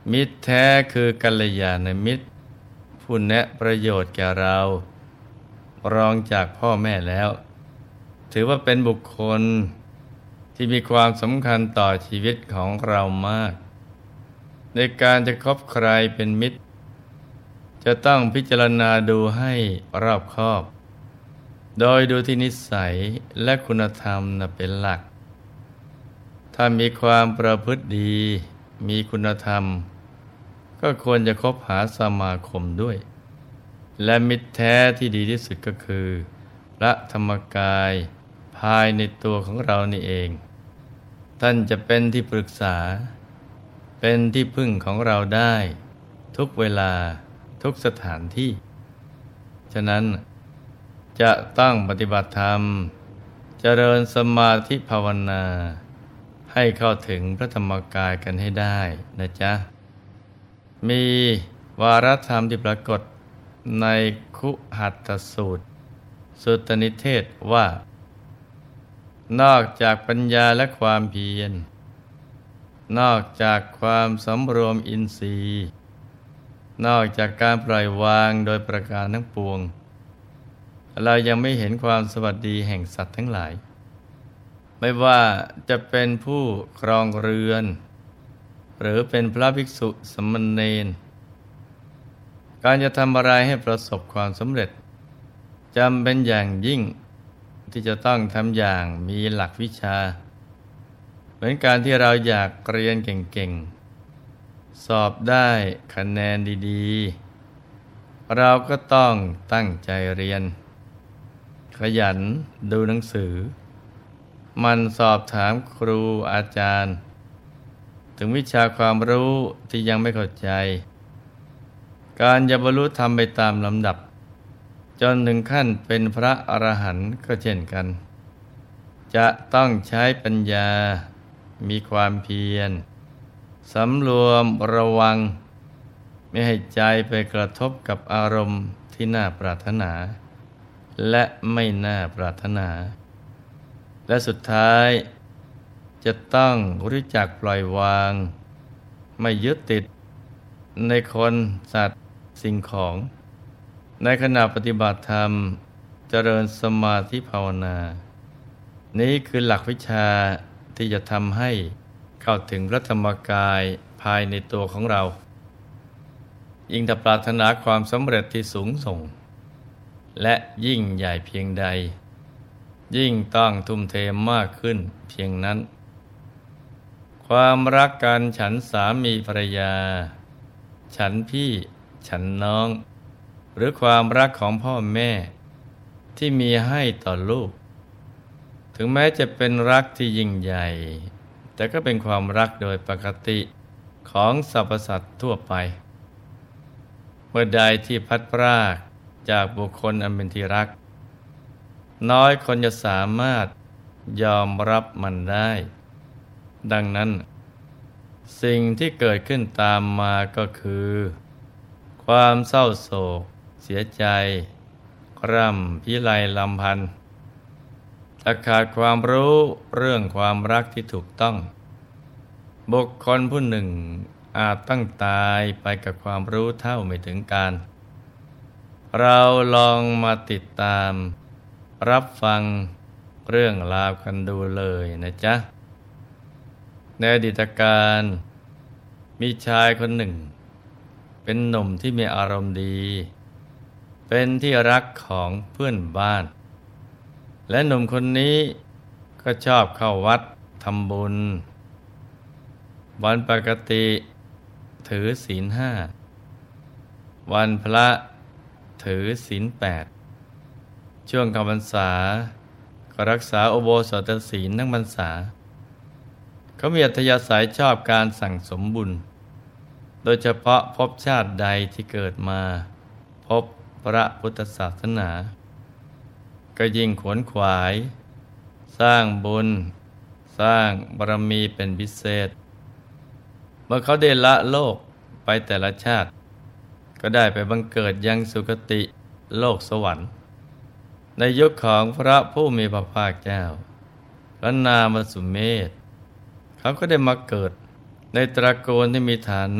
มิตรแท้คือกัลยาณมิตรผู้แนะประโยชน์แก่เรารองจากพ่อแม่แล้ว ถือว่าเป็นบุคคลที่มีความสำคัญต่อชีวิตของเรามากในการจะคบใครเป็นมิตรจะต้องพิจารณาดูให้รอบคอบโดยดูที่นิสัยและคุณธรรมเป็นหลักถ้ามีความประพฤติดีมีคุณธรรมก็ควรจะคบหาสมาคมด้วยและมิตรแท้ที่ดีที่สุดก็คือพระธรรมกายภายในตัวของเรานี่เองท่านจะเป็นที่ปรึกษาเป็นที่พึ่งของเราได้ทุกเวลาทุกสถานที่ฉะนั้นจะต้องปฏิบัติธรรมเจริญสมาธิภาวนาให้เข้าถึงพระธรรมกายกันให้ได้นะจ๊ะมีวาระธรรมที่ปรากฏในคุหัตถสูตรสุตตนิเทศว่านอกจากปัญญาและความเพียรนอกจากความสำรวมอินทรีย์นอกจากการปล่อยวางโดยประการทั้งปวงเรายังไม่เห็นความสวัสดีแห่งสัตว์ทั้งหลายไม่ว่าจะเป็นผู้ครองเรือนหรือเป็นพระภิกษุสามเณรการจะทำอะไรให้ประสบความสำเร็จจำเป็นอย่างยิ่งที่จะต้องทำอย่างมีหลักวิชาเหมือนการที่เราอยากเรียนเก่งๆสอบได้คะแนนดีๆเราก็ต้องตั้งใจเรียนขยันดูหนังสือมันสอบถามครูอาจารย์ถึงวิชาความรู้ที่ยังไม่เข้าใจการจะบรรลุธรรมไปตามลำดับจนถึงขั้นเป็นพระอรหันต์ก็เช่นกันจะต้องใช้ปัญญามีความเพียรสำรวมระวังไม่ให้ใจไปกระทบกับอารมณ์ที่น่าปรารถนาและไม่น่าปรารถนาและสุดท้ายจะต้องรู้จักปล่อยวางไม่ยึดติดในคนสัตว์สิ่งของในขณะปฏิบัติธรรมเจริญสมาธิภาวนานี้คือหลักวิชาที่จะทำให้เข้าถึงพระธรรมกายภายในตัวของเรายิ่งถ้าปรารถนาความสำเร็จที่สูงส่งและยิ่งใหญ่เพียงใดยิ่งต้องทุ่มเทมากขึ้นเพียงนั้นความรักกันฉันสามีภรรยาฉันพี่ฉันน้องหรือความรักของพ่อแม่ที่มีให้ต่อลูกถึงแม้จะเป็นรักที่ยิ่งใหญ่แต่ก็เป็นความรักโดยปกติของสรรพสัตว์ทั่วไปเมื่อใดที่พัดพรากจากบุคคลอันเป็นที่รักน้อยคนจะสามารถยอมรับมันได้ดังนั้นสิ่งที่เกิดขึ้นตามมาก็คือความเศร้าโศกเสียใจร่ำพิไรลำพันธ์ถ้าขาดความรู้เรื่องความรักที่ถูกต้องบุคคลผู้หนึ่งอาจต้องตายไปกับความรู้เท่าไม่ถึงการเราลองมาติดตามรับฟังเรื่องราวกันดูเลยนะจ๊ะในอดีตการมีชายคนหนึ่งเป็นหนุ่มที่มีอารมณ์ดีเป็นที่รักของเพื่อนบ้านและหนุ่มคนนี้ก็ชอบเข้าวัดทำบุญวันปกติถือศีล 5วันพระถือศีล 8ช่วงเข้าพรรษาก็รักษาอุโบสถศีลทั้งพรรษาเขามีอัธยาศัยชอบการสั่งสมบุญโดยเฉพาะภพชาติใดที่เกิดมาพบพระพุทธศาสนาก็ยิ่งขวนขวายสร้างบุญสร้างบารมีเป็นพิเศษเมื่อเขาได้ละโลกไปแต่ละชาติก็ได้ไปบังเกิดยังสุคติโลกสวรรค์ในยุคของพระผู้มีพระภาคเจ้าพระนามสุเมธเขาก็ได้มาเกิดในตระกูลที่มีฐานะ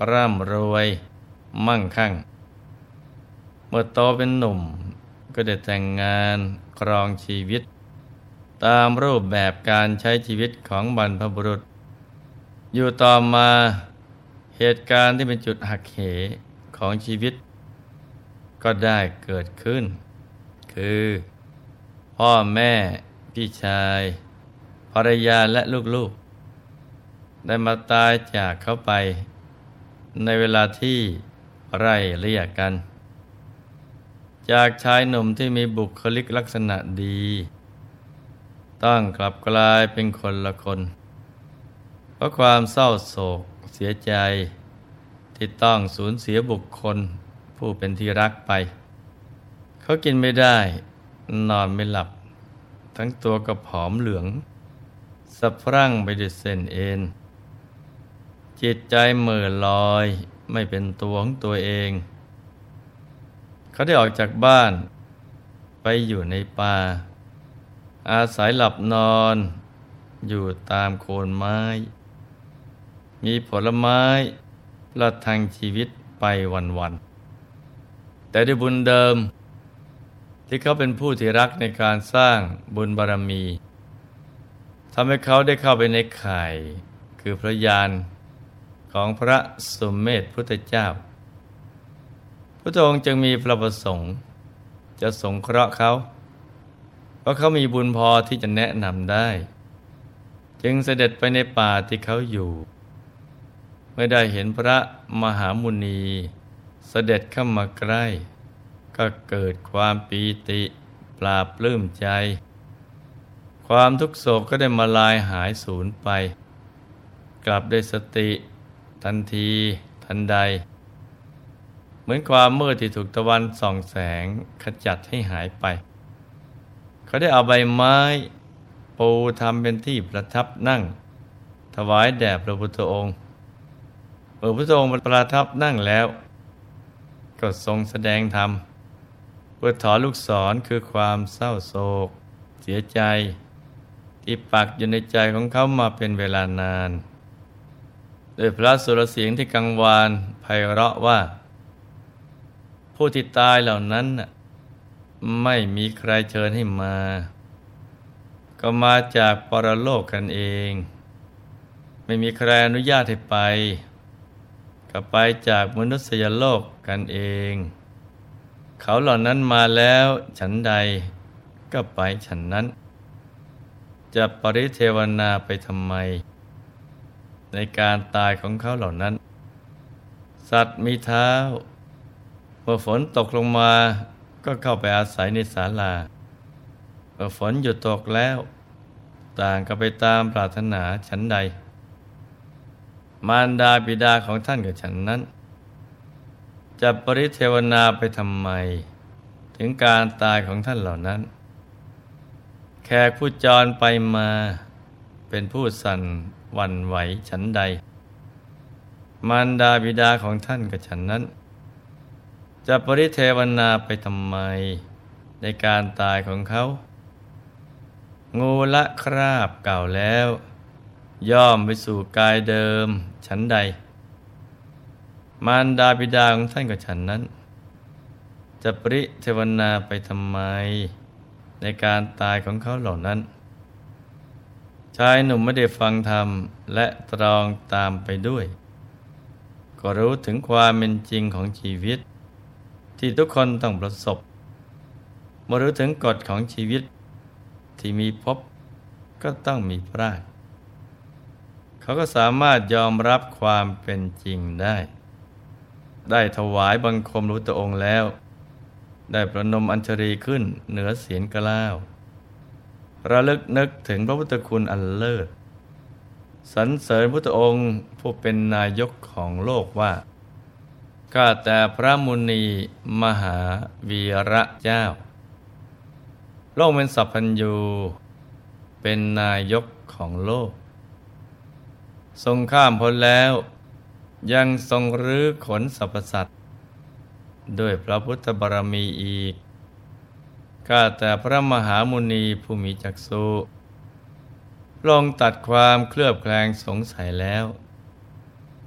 ร่ำรวยมั่งคั่งเมื่อโตเป็นหนุ่มก็ได้แต่งงานครองชีวิตตามรูปแบบการใช้ชีวิตของบรรพบุรุษอยู่ต่อมาเหตุการณ์ที่เป็นจุดหักเหของชีวิตก็ได้เกิดขึ้นคือพ่อแม่พี่ชายภรรยาและลูกๆได้มาตายจากเขาไปในเวลาที่ไล่เลี่ยกัน จากชายหนุ่มที่มีบุคลิกลักษณะดีต้องกลับกลายเป็นคนละคนเพราะความเศร้าโศกเสียใจที่ต้องสูญเสียบุคคลผู้เป็นที่รักไปเขากินไม่ได้นอนไม่หลับทั้งตัวก็ผอมเหลืองสะพรั่งไปด้วยเส้นเอ็นจิตใจเหม่อลอยไม่เป็นตัวของตัวเองเขาได้ออกจากบ้านไปอยู่ในป่าอาศัยหลับนอนอยู่ตามโคนไม้มีผลไม้ประทังชีวิตไปวันๆแต่ด้วยบุญเดิมที่เขาเป็นผู้ที่รักในการสร้างบุญบารมีทำให้เขาได้เข้าไปในข่ายคือพระญาณของพระสุเมธพุทธเจ้าพระองค์จึงมีพระประสงค์จะสงเคราะห์เขาเพราะเขามีบุญพอที่จะแนะนำได้จึงเสด็จไปในป่าที่เขาอยู่เมื่อได้เห็นพระมหามุนีเสด็จเข้ามาใกล้ก็เกิดความปีติปลาบปลื้มใจความทุกโศกก็ได้มาลายหายสูญไปกลับได้สติทันทีทันใดเหมือนความมืดที่ถูกตะวันส่องแสงขจัดให้หายไปเขาได้เอาใบไม้ปูทำเป็นที่ประทับนั่งถวายแด่พระพุทธองค์เมื่อพระพุทธองค์ประทับนั่งแล้วก็ทรงแสดงธรรมเพื่อถอนลูกศรคือความเศร้าโศกเสียใจที่ปักอยู่ในใจของเขามาเป็นเวลานานโดยพระสุรเสียงที่กังวานไพเราะว่าผู้ที่ตายเหล่านั้นไม่มีใครเชิญให้มาก็มาจากปรโลกกันเองไม่มีใครอนุญาตให้ไปก็ไปจากมนุษยโลกกันเองเขาเหล่านั้นมาแล้วฉันใดก็ไปฉันนั้นจะปริเทวนาไปทำไมในการตายของเขาเหล่านั้นสัตว์มีเท้าเมื่อฝนตกลงมาก็เข้าไปอาศัยในศาลาเมื่อฝนหยุดตกแล้วต่างก็ไปตามปรารถนาฉันใดมารดาบิดาของท่านกับฉันนั้นจะปริเทวนาไปทำไมถึงการตายของท่านเหล่านั้นแขกผู้จรไปมาเป็นผู้สั่นหวั่นไหวฉันใดมารดาบิดาของท่านกับฉันนั้นจะปริเทวนาไปทำไมในการตายของเขางูละคราบเก่าแล้วย่อมไปสู่กายเดิมฉันใดมารดาบิดาของท่านกับฉันนั้นจะปริเทวนาไปทำไมในการตายของเขาเหล่านั้นชายหนุ่มไม่ได้ฟังธรรมและตรองตามไปด้วยก็รู้ถึงความเป็นจริงของชีวิตที่ทุกคนต้องประสบเมื่อรู้ถึงกฎของชีวิตที่มีพบก็ต้องมีพรากเขาก็สามารถยอมรับความเป็นจริงได้ถวายบังคมพระพุทธองค์แล้วได้ประนมอัญชลีขึ้นเหนือเสียงกล้าวระลึกนึกถึงพระพุทธคุณอันเลิศสรรเสริญพระพุทธองค์ผู้เป็นนายกของโลกว่าข้าแต่พระมุนีมหาวีระเจ้าโลกเป็นสัพพัญญูเป็นนายกของโลกทรงข้ามพ้นแล้วยังทรงรื้อขนสรรพสัตว์ด้วยพระพุทธบารมีอีกข้าแต่พระมหามุนีผู้มีจักษุลงตัดความเคลือบแคลงสงสัยแล้ว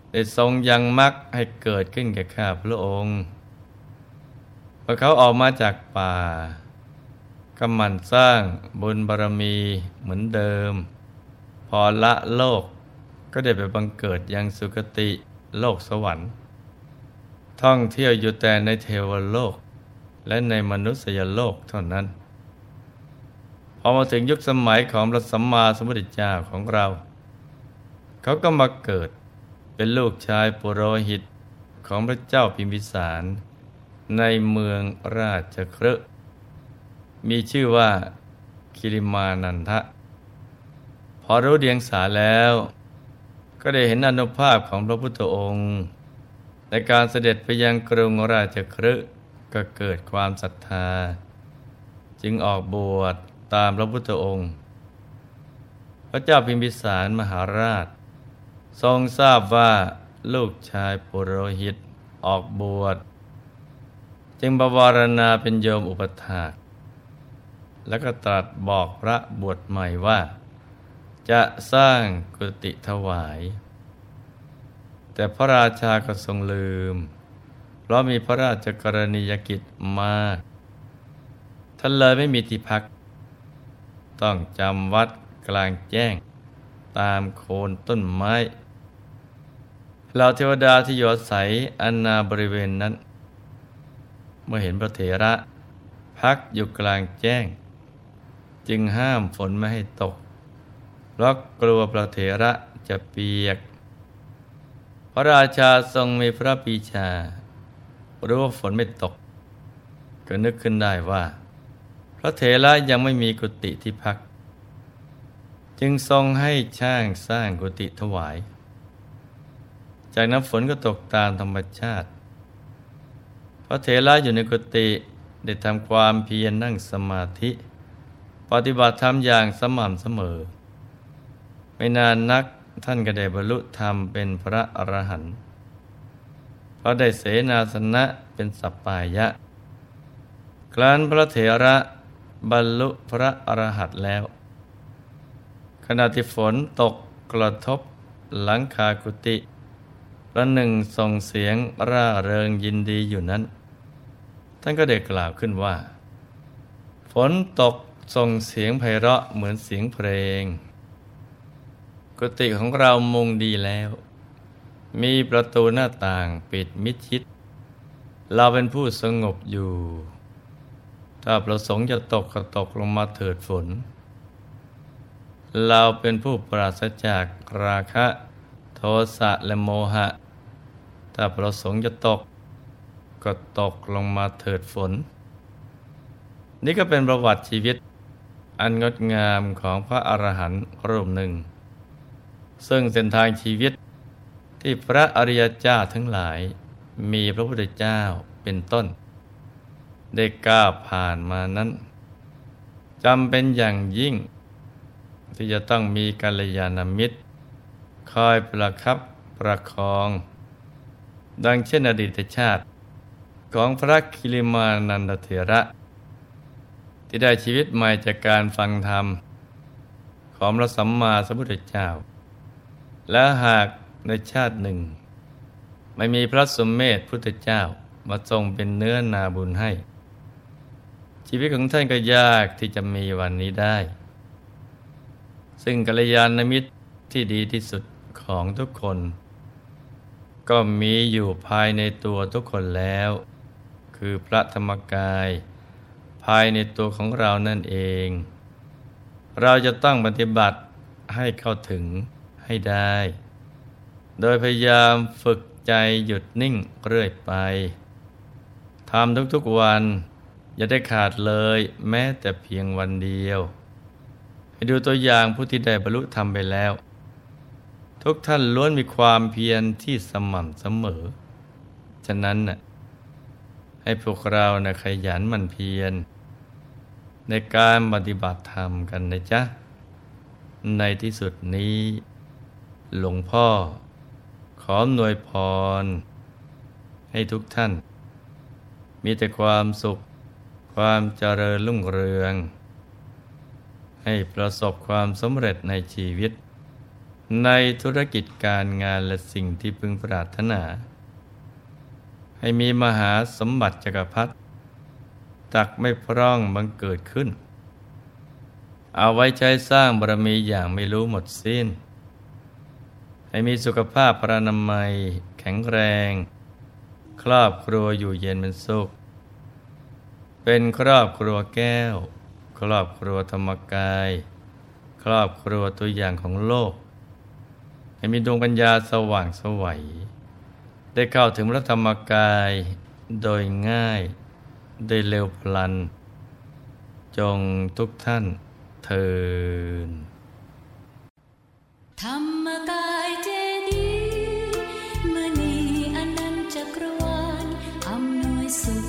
ได้ทรงยังมรรคให้เกิดขึ้นแก่ข้าพระองค์พอเขาออกมาจากป่าก็หมั่นสร้างบุญบารมีเหมือนเดิมพอละโลกก็ได้ไปบังเกิดยังสุคติโลกสวรรค์ท่องเที่ยวอยู่แต่ในเทวโลกและในมนุษยโลกเท่านั้นพอมาถึงยุคสมัยของพระสัมมาสัมพุทธเจ้าของเราเขาก็มาเกิดเป็นลูกชายปุโรหิตของพระเจ้าพิมพิสารในเมืองราชคฤห์มีชื่อว่าคิริมานันทะพอรู้เดียงสาแล้วก็ได้เห็นอานุภาพของพระพุทธองค์ในการเสด็จไปยังกรุงราชคฤห์ก็เกิดความศรัทธาจึงออกบวชตามพระพุทธองค์พระเจ้าพิมพิสารมหาราชทรงทราบว่าลูกชายปุโรหิตออกบวชจึงบวรณาเป็นโยมอุปถากแล้วก็ตรัสบอกพระบวชใหม่ว่าจะสร้างกุฏิถวายแต่พระราชาก็ทรงลืมเพราะมีพระราชกรณียกิจมากท่านเลยไม่มีที่พักต้องจำวัดกลางแจ้งตามโคนต้นไม้เหล่าเทวดาที่อยู่อาศัยอาณาบริเวณนั้นเมื่อเห็นพระเถระพักอยู่กลางแจ้งจึงห้ามฝนไม่ให้ตกเพราะกลัวพระเถระจะเปียกพระราชาทรงมีพระปรีชารู้ว่าฝนไม่ตกก็นึกขึ้นได้ว่าพระเถระยังไม่มีกุฏิที่พักจึงทรงให้ช่างสร้างกุฏิถวายจากนั้นฝนก็ตกตามธรรมชาติพระเถระอยู่ในกุฏิได้ทำความเพียรนั่งสมาธิปฏิบัติธรรมอย่างสม่ำเสมอไม่นานนักท่านก็ได้บรรลุธรรมเป็นพระอรหันต์เพราะได้เสนาสนะเป็นสัปปายะครั้นพระเถระบรรลุพระอรหันต์แล้วขณะที่ฝนตกกระทบหลังคากุฏิประหนึ่งส่งเสียงร่าเริงยินดีอยู่นั้นท่านก็ได้กล่าวขึ้นว่าฝนตกส่งเสียงไพเราะเหมือนเสียงเพลงกุฏิของเรามุงดีแล้วมีประตูหน้าต่างปิดมิดชิดเราเป็นผู้สงบอยู่ถ้าประสงค์จะตกก็ตกลงมาเถิดฝนเราเป็นผู้ปราศจากราคะโทสะและโมหะถ้าประสงค์จะตกก็ตกลงมาเถิดฝนนี่ก็เป็นประวัติชีวิตอันงดงามของพระอรหันต์รูปหนึ่งซึ่งเส้นทางชีวิตที่พระอริยเจ้าทั้งหลายมีพระพุทธเจ้าเป็นต้นได้ก้าวผ่านมานั้นจำเป็นอย่างยิ่งที่จะต้องมีกัลยาณมิตรคอยประคับประคองดังเช่นอดีตชาติของพระคิริมานันทเถระที่ได้ชีวิตใหม่จากการฟังธรรมของพระสัมมาสัมพุทธเจ้าและหากในชาติหนึ่งไม่มีพระสมเด็จพุทธเจ้ามาทรงเป็นเนื้อนาบุญให้ชีวิตของท่านก็ยากที่จะมีวันนี้ได้ซึ่งกัลยาณมิตรที่ดีที่สุดของทุกคนก็มีอยู่ภายในตัวทุกคนแล้วคือพระธรรมกายภายในตัวของเรานั่นเองเราจะต้องปฏิบัติให้เข้าถึงให้ได้โดยพยายามฝึกใจหยุดนิ่งเรื่อยไปทำทุกๆวันอย่าได้ขาดเลยแม้แต่เพียงวันเดียวให้ดูตัวอย่างผู้ที่ได้บรรลุธรรมไปแล้วทุกท่านล้วนมีความเพียรที่สม่ำเสมอฉะนั้นให้พวกเราขยันหมั่นเพียรในการปฏิบัติธรรมกันนะจ๊ะในที่สุดนี้หลวงพ่อขออำนวยพรให้ทุกท่านมีแต่ความสุขความเจริญรุ่งเรืองให้ประสบความสำเร็จในชีวิตในธุรกิจการงานและสิ่งที่พึงปรารถนา ให้มีมหาสมบัติจักรพรรดิตักไม่พร่องบังเกิดขึ้น เอาไว้ใช้สร้างบารมีอย่างไม่รู้หมดสิ้น ให้มีสุขภาพพรรณนามัยแข็งแรง ครอบครัวอยู่เย็นเป็นสุข เป็นครอบครัวแก้ว ครอบครัวธรรมกาย ครอบครัวตัวอย่างของโลก ให้มีดวงปัญญาสว่างไสวได้เข้าถึงพระธรรมกายโดยง่ายโดยเร็วพลัน จงทุกท่านเทินธรรมกายเจดีย์มณีอนันต์จักรวาลอำนวยสุข